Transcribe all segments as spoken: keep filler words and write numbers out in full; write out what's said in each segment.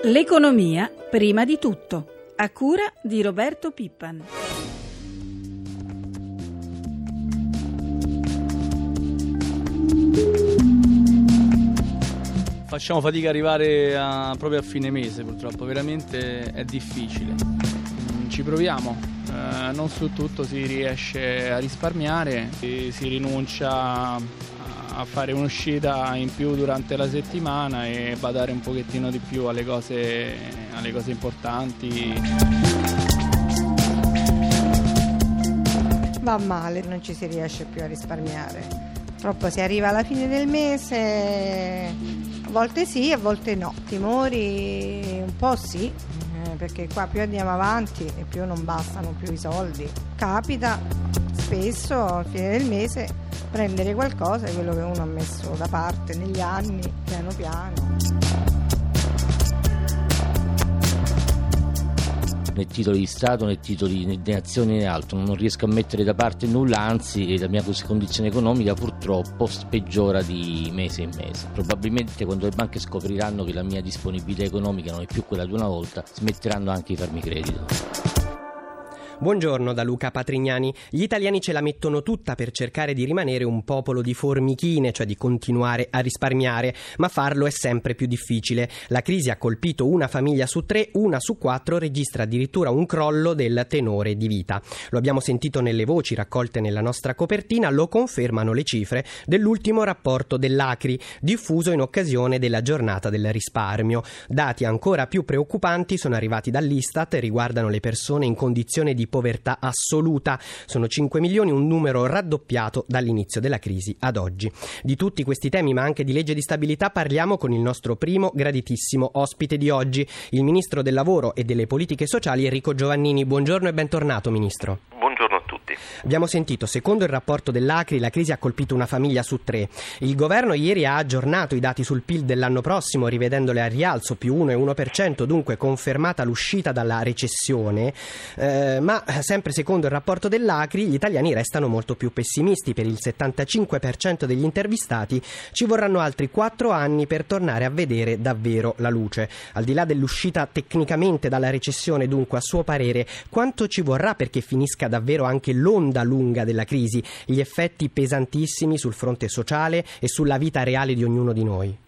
L'economia prima di tutto, a cura di Roberto Pippan. Facciamo fatica ad arrivare a, proprio a fine mese, purtroppo, veramente è difficile. Ci proviamo, eh, non su tutto si riesce a risparmiare, si, si rinuncia a fare un'uscita in più durante la settimana e badare un pochettino di più alle cose, alle cose importanti. Va male, non ci si riesce più a risparmiare. Purtroppo si arriva alla fine del mese, a volte sì, a volte no. Timori un po' sì, perché qua più andiamo avanti e più non bastano più i soldi. Capita spesso alla fine del mese prendere qualcosa di quello che uno ha messo da parte negli anni, piano piano. Né titoli di Stato, né titoli né azioni né altro, non riesco a mettere da parte nulla, anzi la mia condizione economica purtroppo peggiora di mese in mese. Probabilmente quando le banche scopriranno che la mia disponibilità economica non è più quella di una volta, smetteranno anche di farmi credito. Buongiorno da Luca Patrignani. Gli italiani ce la mettono tutta per cercare di rimanere un popolo di formichine, cioè di continuare a risparmiare, ma farlo è sempre più difficile. La crisi ha colpito una famiglia su tre, una su quattro registra addirittura un crollo del tenore di vita. Lo abbiamo sentito nelle voci raccolte nella nostra copertina, lo confermano le cifre dell'ultimo rapporto dell'Acri, diffuso in occasione della giornata del risparmio. Dati ancora più preoccupanti sono arrivati dall'Istat e riguardano le persone in condizione di povertà assoluta. Sono cinque milioni, un numero raddoppiato dall'inizio della crisi ad oggi. Di tutti questi temi, ma anche di legge di stabilità, parliamo con il nostro primo graditissimo ospite di oggi, il Ministro del Lavoro e delle Politiche Sociali Enrico Giovannini. Buongiorno e bentornato, Ministro. Buongiorno a tutti. Abbiamo sentito, secondo il rapporto dell'Acri, la crisi ha colpito una famiglia su tre. Il governo ieri ha aggiornato i dati sul P I L dell'anno prossimo, rivedendole a rialzo, più uno virgola uno per cento, dunque confermata l'uscita dalla recessione, eh, ma sempre secondo il rapporto dell'Acri gli italiani restano molto più pessimisti. Per il settantacinque per cento degli intervistati ci vorranno altri quattro anni per tornare a vedere davvero la luce. Al di là dell'uscita tecnicamente dalla recessione, dunque, a suo parere, quanto ci vorrà perché finisca davvero anche l'onda lunga della crisi, gli effetti pesantissimi sul fronte sociale e sulla vita reale di ognuno di noi?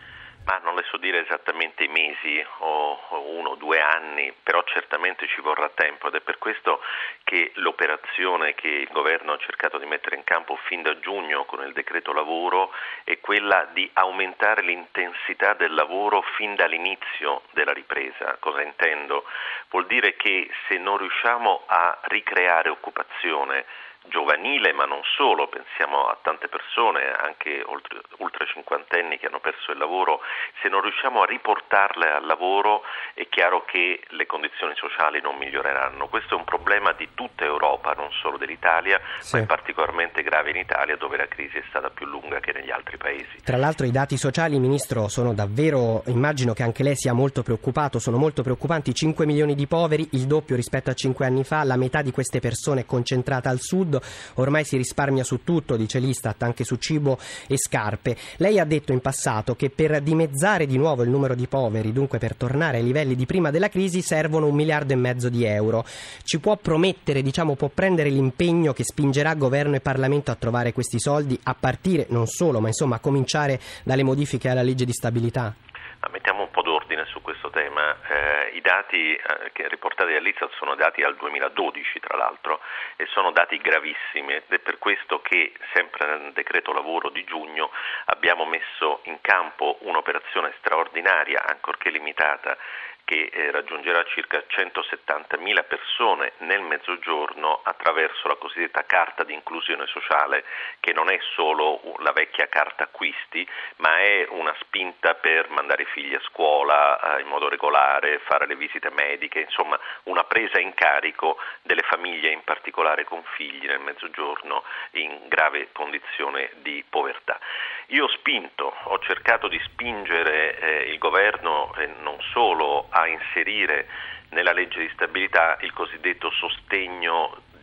Ma non le so dire esattamente i mesi o uno o due anni, però certamente ci vorrà tempo ed è per questo che l'operazione che il governo ha cercato di mettere in campo fin da giugno con il decreto lavoro è quella di aumentare l'intensità del lavoro fin dall'inizio della ripresa. Cosa intendo? Vuol dire che se non riusciamo a ricreare occupazione giovanile, ma non solo, pensiamo a tante persone, anche oltre, ultra cinquantenni che hanno perso il lavoro, se non riusciamo a riportarle al lavoro è chiaro che le condizioni sociali non miglioreranno. Questo è un problema di tutta Europa, non solo dell'Italia, sì, ma è particolarmente grave in Italia, dove la crisi è stata più lunga che negli altri paesi. Tra l'altro i dati sociali, Ministro, sono davvero, immagino che anche lei sia molto preoccupato, sono molto preoccupanti. cinque milioni di poveri, il doppio rispetto a cinque anni fa, la metà di queste persone è concentrata al sud. Ormai si risparmia su tutto, dice l'Istat, anche su cibo e scarpe. Lei ha detto in passato che per dimezzare di nuovo il numero di poveri, dunque per tornare ai livelli di prima della crisi, servono un miliardo e mezzo di euro. Ci può promettere, diciamo, può prendere l'impegno che spingerà governo e Parlamento a trovare questi soldi, a partire non solo, ma insomma a cominciare dalle modifiche alla legge di stabilità? Mettiamo un po' d'ordine su questo tema. Eh, I dati eh, che riportati dall'Istat sono dati al duemiladodici, tra l'altro, e sono dati gravissimi ed è per questo che sempre nel decreto lavoro di giugno abbiamo messo in campo un'operazione straordinaria, ancorché limitata, che eh, raggiungerà circa centosettantamila persone nel mezzogiorno attraverso la cosiddetta carta di inclusione sociale, che non è solo la vecchia carta acquisti, ma è una spinta per mandare i figli a scuola eh, in modo regolare, fare le visite mediche, insomma una presa in carico delle famiglie, in particolare con figli nel mezzogiorno in grave condizione di povertà. Io ho spinto, ho cercato di spingere eh, il governo e non solo a inserire nella legge di stabilità il cosiddetto sostegno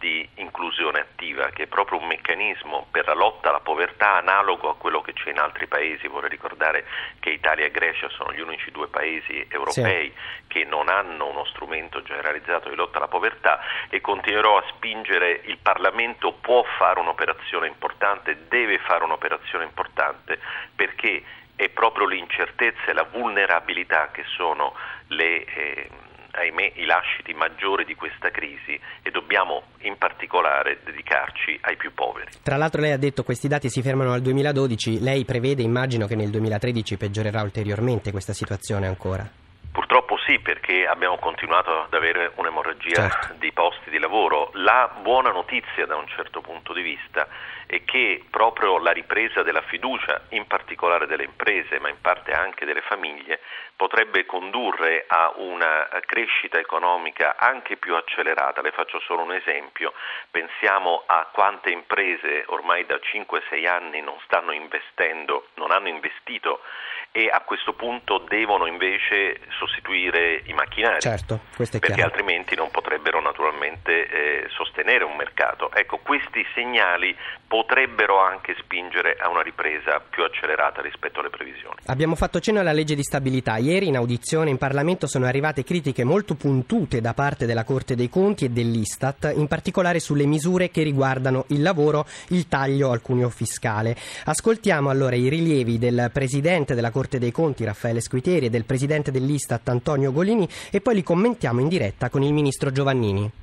di inclusione attiva, che è proprio un meccanismo per la lotta alla povertà analogo a quello che c'è in altri paesi. Vorrei ricordare che Italia e Grecia sono gli unici due paesi europei sì. che non hanno uno strumento generalizzato di lotta alla povertà, e continuerò a spingere. Il Parlamento può fare un'operazione importante, deve fare un'operazione importante, perché è proprio l'incertezza e la vulnerabilità che sono le eh, ahimè i lasciti maggiori di questa crisi, e dobbiamo in particolare dedicarci ai più poveri. Tra l'altro lei ha detto questi dati si fermano al duemiladodici, lei prevede, immagino, che nel duemilatredici peggiorerà ulteriormente questa situazione ancora? Purtroppo sì, perché abbiamo continuato ad avere un'emorragia certo. di posti di lavoro. La buona notizia da un certo punto di vista è che proprio la ripresa della fiducia, in particolare delle imprese, ma in parte anche delle famiglie, potrebbe condurre a una crescita economica anche più accelerata. Le faccio solo un esempio: pensiamo a quante imprese ormai da cinque sei anni non stanno investendo, non hanno investito, e a questo punto devono invece sostituire i macchinari, certo, questo è perché chiaro. altrimenti non potrebbero naturalmente eh, sostenere un mercato. Ecco, questi segnali potrebbero anche spingere a una ripresa più accelerata rispetto alle previsioni. Abbiamo fatto cenno alla legge di stabilità. Ieri in audizione in Parlamento sono arrivate critiche molto puntute da parte della Corte dei Conti e dell'Istat, in particolare sulle misure che riguardano il lavoro, il taglio al cuneo fiscale. Ascoltiamo allora i rilievi del Presidente della Corte dei Conti Raffaele Squitieri e del Presidente dell'Istat Antonio Golini, e poi li commentiamo in diretta con il Ministro Giovannini.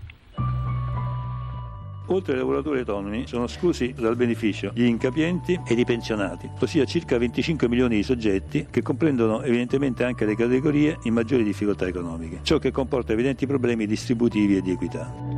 Oltre ai lavoratori autonomi sono esclusi dal beneficio gli incapienti ed i pensionati, ossia circa venticinque milioni di soggetti, che comprendono evidentemente anche le categorie in maggiori difficoltà economiche, ciò che comporta evidenti problemi distributivi e di equità.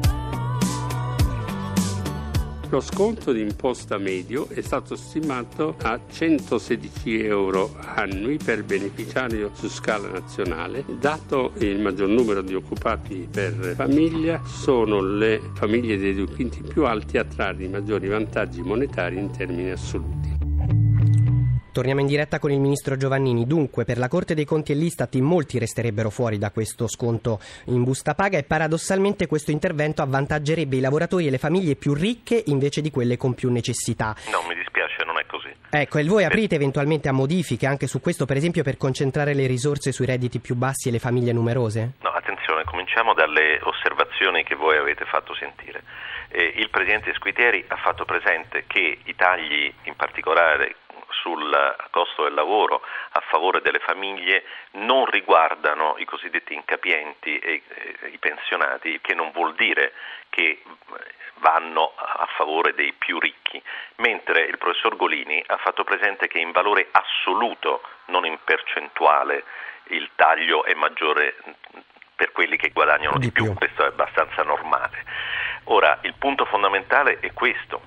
Lo sconto di imposta medio è stato stimato a centosedici euro annui per beneficiario su scala nazionale. Dato il maggior numero di occupati per famiglia, sono le famiglie dei due quinti più alti a trarre i maggiori vantaggi monetari in termini assoluti. Torniamo in diretta con il Ministro Giovannini. Dunque, per la Corte dei Conti e l'Istat in molti resterebbero fuori da questo sconto in busta paga, e paradossalmente questo intervento avvantaggerebbe i lavoratori e le famiglie più ricche invece di quelle con più necessità. No, mi dispiace, non è così. Ecco, e voi aprite eventualmente a modifiche anche su questo, per esempio per concentrare le risorse sui redditi più bassi e le famiglie numerose? No, attenzione, cominciamo dalle osservazioni che voi avete fatto sentire. Eh, il Presidente Squitieri ha fatto presente che i tagli, in particolare sul costo del lavoro a favore delle famiglie, non riguardano i cosiddetti incapienti e eh, i pensionati, che non vuol dire che vanno a favore dei più ricchi, mentre il professor Golini ha fatto presente che in valore assoluto, non in percentuale, il taglio è maggiore per quelli che guadagnano di, di più. più, questo è abbastanza normale. Ora, il punto fondamentale è questo,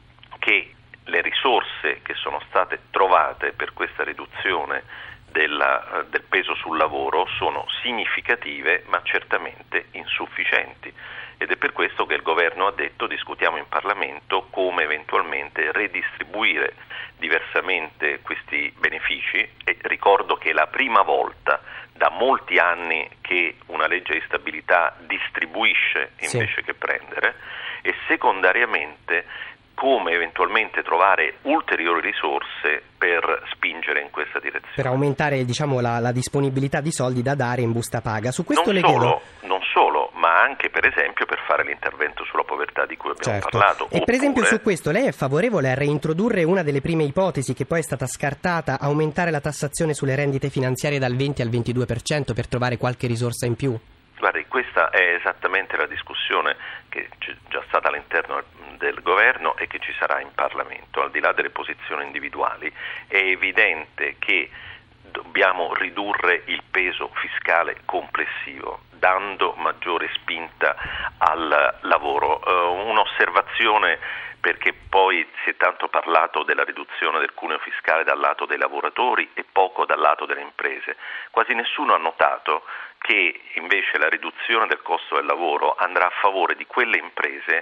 che le risorse che sono state trovate per questa riduzione della, del peso sul lavoro sono significative, ma certamente insufficienti, ed è per questo che il governo ha detto: discutiamo in Parlamento come eventualmente redistribuire diversamente questi benefici. E ricordo che è la prima volta da molti anni che una legge di stabilità distribuisce invece sì. che prendere, e secondariamente come eventualmente trovare ulteriori risorse per spingere in questa direzione. Per aumentare, diciamo, la, la disponibilità di soldi da dare in busta paga. Su questo non le solo, chiedo... non solo, ma anche per esempio per fare l'intervento sulla povertà di cui abbiamo certo. parlato. E Oppure... per esempio su questo lei è favorevole a reintrodurre una delle prime ipotesi che poi è stata scartata, aumentare la tassazione sulle rendite finanziarie dal venti al ventidue per cento per trovare qualche risorsa in più? Guardi, questa è esattamente la discussione che c'è già stata all'interno del governo e che ci sarà in Parlamento. Al di là delle posizioni individuali, è evidente che dobbiamo ridurre il peso fiscale complessivo, dando maggiore spinta al lavoro. Uh, un'osservazione, perché poi si è tanto parlato della riduzione del cuneo fiscale dal lato dei lavoratori e poco dal lato delle imprese. Quasi nessuno ha notato che invece la riduzione del costo del lavoro andrà a favore di quelle imprese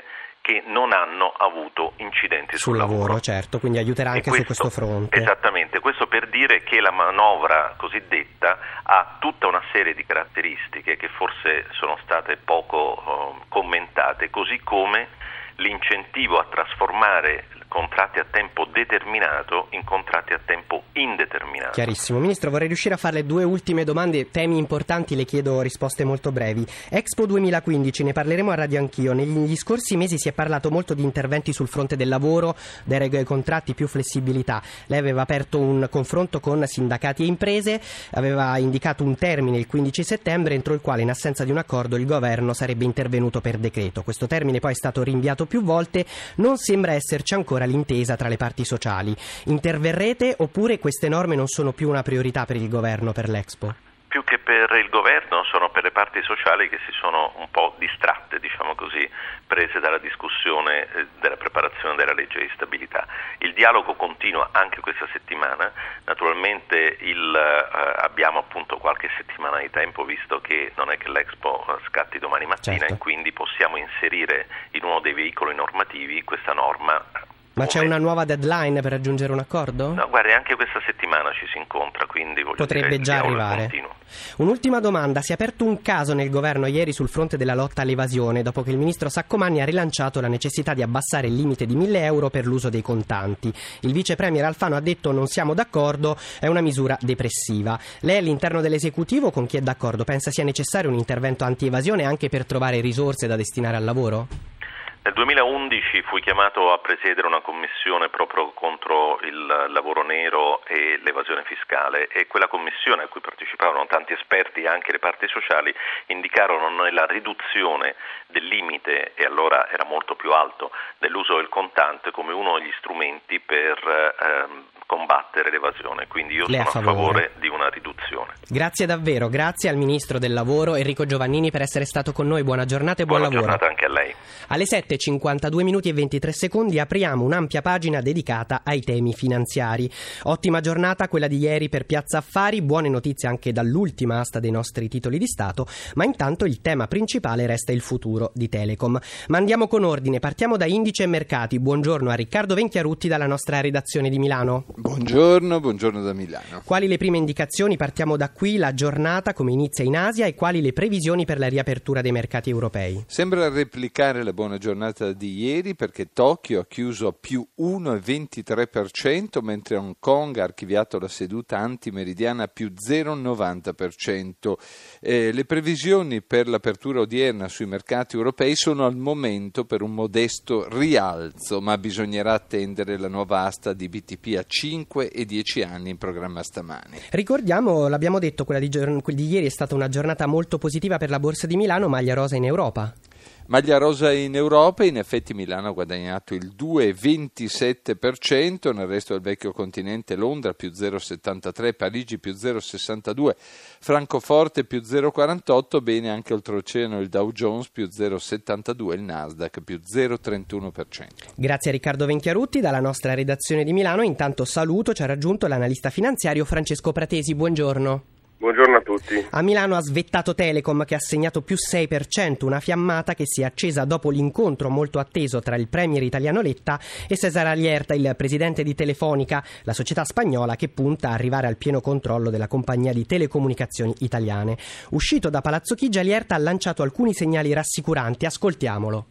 che non hanno avuto incidenti sul, sul lavoro, lavoro. Certo, quindi aiuterà anche questo, su questo fronte. Esattamente, questo per dire che la manovra cosiddetta ha tutta una serie di caratteristiche che forse sono state poco uh, commentate, così come l'incentivo a trasformare contratti a tempo determinato in contratti a tempo indeterminato. Chiarissimo. Ministro, vorrei riuscire a farle due ultime domande, temi importanti, le chiedo risposte molto brevi. Expo duemilaquindici, ne parleremo a Radio Anch'io. Negli scorsi mesi si è parlato molto di interventi sul fronte del lavoro, deroghe ai contratti, più flessibilità. Lei aveva aperto un confronto con sindacati e imprese, aveva indicato un termine, il quindici settembre, entro il quale, in assenza di un accordo, il governo sarebbe intervenuto per decreto. Questo termine poi è stato rinviato più volte, non sembra esserci ancora l'intesa tra le parti sociali. Interverrete oppure queste norme non sono più una priorità per il governo, per l'Expo? Più che per il governo sono per le parti sociali che si sono un po' distratte, diciamo così, prese dalla discussione eh, della preparazione della legge di stabilità. Il dialogo continua anche questa settimana, naturalmente il, eh, abbiamo appunto qualche settimana di tempo, visto che non è che l'Expo scatti domani mattina, certo. E quindi possiamo inserire in uno dei veicoli normativi questa norma. Ma c'è una nuova deadline per raggiungere un accordo? No, guardi, anche questa settimana ci si incontra, quindi voglio potrebbe dire, già arrivare. Un'ultima domanda, si è aperto un caso nel governo ieri sul fronte della lotta all'evasione, dopo che il ministro Saccomanni ha rilanciato la necessità di abbassare il limite di mille euro per l'uso dei contanti. Il vice premier Alfano ha detto: non siamo d'accordo, è una misura depressiva. Lei all'interno dell'esecutivo con chi è d'accordo? Pensa sia necessario un intervento anti-evasione anche per trovare risorse da destinare al lavoro? Nel duemilaundici fui chiamato a presiedere una commissione proprio contro il lavoro nero e l'evasione fiscale, e quella commissione, a cui partecipavano tanti esperti e anche le parti sociali, indicarono nella riduzione del limite, e allora era molto più alto, dell'uso del contante come uno degli strumenti per ehm, combattere l'evasione. Quindi io Lei sono a favore. a favore di una riduzione. Grazie davvero, grazie al Ministro del Lavoro Enrico Giovannini per essere stato con noi. Buona giornata e buon Buona lavoro. Buona giornata anche a lei. Alle sette e cinquantadue minuti e ventitré secondi apriamo un'ampia pagina dedicata ai temi finanziari. Ottima giornata quella di ieri per Piazza Affari, buone notizie anche dall'ultima asta dei nostri titoli di Stato, ma intanto il tema principale resta il futuro di Telecom. Ma andiamo con ordine, partiamo da indice e mercati. Buongiorno a Riccardo Venchiarutti dalla nostra redazione di Milano. Buongiorno, buongiorno da Milano. Quali le prime indicazioni? Partiamo da qui, la giornata come inizia in Asia e quali le previsioni per la riapertura dei mercati europei? Sembra replicare la buona giornata di ieri, perché Tokyo ha chiuso a più uno virgola ventitré per cento, mentre Hong Kong ha archiviato la seduta antimeridiana a più zero virgola novanta per cento. Eh, le previsioni per l'apertura odierna sui mercati europei sono al momento per un modesto rialzo, ma bisognerà attendere la nuova asta di B T P a cinque e dieci anni in programma stamani. Ricordiamo, l'abbiamo detto, quella di, giorn- quella di ieri è stata una giornata molto positiva per la Borsa di Milano, maglia rosa in Europa. Maglia rosa in Europa, in effetti Milano ha guadagnato il due virgola ventisette per cento, nel resto del vecchio continente Londra più zero virgola settantatré, Parigi più zero virgola sessantadue, Francoforte più zero virgola quarantotto, bene anche oltreoceano il Dow Jones più zero virgola settantadue, il Nasdaq più zero virgola trentuno per cento. Grazie a Riccardo Venchiarutti dalla nostra redazione di Milano. Intanto saluto, ci ha raggiunto l'analista finanziario Francesco Pratesi, buongiorno. Buongiorno a tutti. A Milano ha svettato Telecom, che ha segnato più sei per cento, una fiammata che si è accesa dopo l'incontro molto atteso tra il premier italiano Letta e César Alierta, il presidente di Telefonica, la società spagnola che punta a arrivare al pieno controllo della compagnia di telecomunicazioni italiane. Uscito da Palazzo Chigi, Alierta ha lanciato alcuni segnali rassicuranti, ascoltiamolo.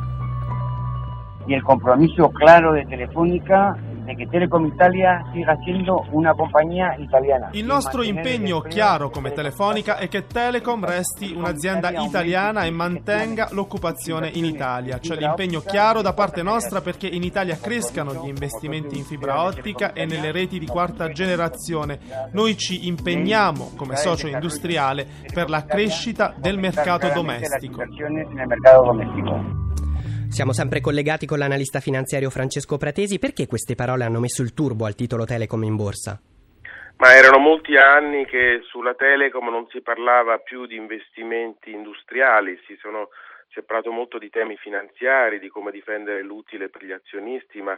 Y el compromiso claro de Telefónica de que Telecom Italia siga siendo una compagnia italiana. Il nostro impegno chiaro come Telefonica è che Telecom resti un'azienda italiana e mantenga l'occupazione in Italia. C'è l'impegno chiaro da parte nostra perché in Italia crescano gli investimenti in fibra ottica e nelle reti di quarta generazione. Noi ci impegniamo come socio industriale per la crescita del mercato domestico. Siamo sempre collegati con l'analista finanziario Francesco Pratesi. Perché queste parole hanno messo il turbo al titolo Telecom in borsa? Ma erano molti anni che sulla Telecom non si parlava più di investimenti industriali, si, sono, si è parlato molto di temi finanziari, di come difendere l'utile per gli azionisti, ma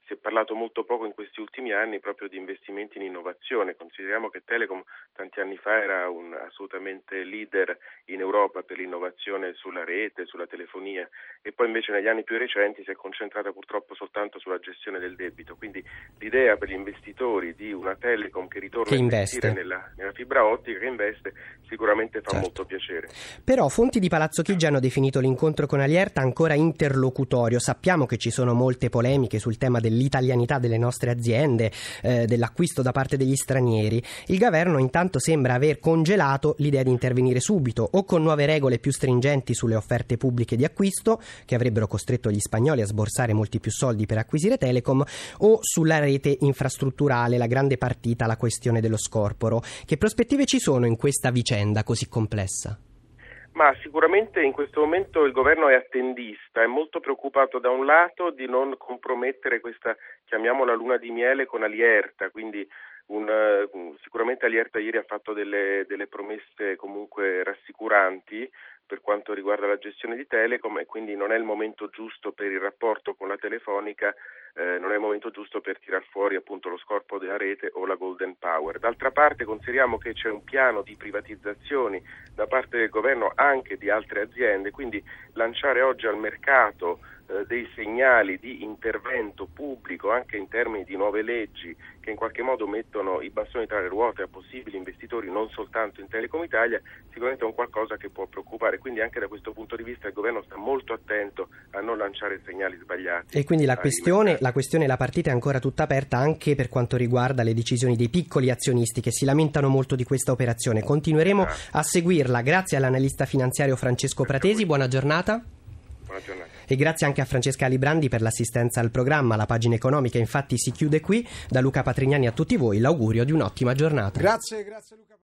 si è parlato molto poco in questi ultimi anni proprio di investimenti in innovazione. Consideriamo che Telecom tanti anni fa era un assolutamente leader in Europa per l'innovazione sulla rete, sulla telefonia, e poi invece negli anni più recenti si è concentrata purtroppo soltanto sulla gestione del debito. Quindi l'idea per gli investitori di una Telecom che ritorna che a investe. investire nella, nella fibra ottica, che investe, sicuramente fa certo. molto piacere. Però fonti di Palazzo Chigi hanno definito l'incontro con Alierta ancora interlocutorio. Sappiamo che ci sono molte polemiche sul tema dell'italianità delle nostre aziende, eh, dell'acquisto da parte degli stranieri. Il governo intanto sembra aver congelato l'idea di intervenire subito, o con nuove regole più stringenti sulle offerte pubbliche di acquisto, che avrebbero costretto gli spagnoli a sborsare molti più soldi per acquisire Telecom, o sulla rete infrastrutturale, la grande partita, la questione dello scorporo. Che prospettive ci sono in questa vicenda così complessa? Ma sicuramente in questo momento il governo è attendista, è molto preoccupato da un lato di non compromettere questa, chiamiamola luna di miele con Alierta, quindi un, uh, sicuramente Alierta ieri ha fatto delle, delle promesse comunque rassicuranti per quanto riguarda la gestione di Telecom, e quindi non è il momento giusto per il rapporto con la Telefonica, eh, non è il momento giusto per tirar fuori appunto lo scorporo della rete o la Golden Power. D'altra parte consideriamo che c'è un piano di privatizzazioni da parte del governo anche di altre aziende, quindi lanciare oggi al mercato eh, dei segnali di intervento pubblico anche in termini di nuove leggi che in qualche modo mettono i bastoni tra le ruote a possibili investitori non soltanto in Telecom Italia, sicuramente è un qualcosa che può preoccupare. Quindi anche da questo punto di vista il governo sta molto attento a non lanciare segnali sbagliati. E quindi la questione, la questione, la partita è ancora tutta aperta anche per quanto riguarda le decisioni dei piccoli azionisti che si lamentano molto di questa operazione. Continueremo a seguirla. Grazie all'analista finanziario Francesco Pratesi, buona giornata. Buona giornata. E grazie anche a Francesca Alibrandi per l'assistenza al programma. La pagina economica infatti si chiude qui. Da Luca Patrignani a tutti voi l'augurio di un'ottima giornata. Grazie, grazie Luca.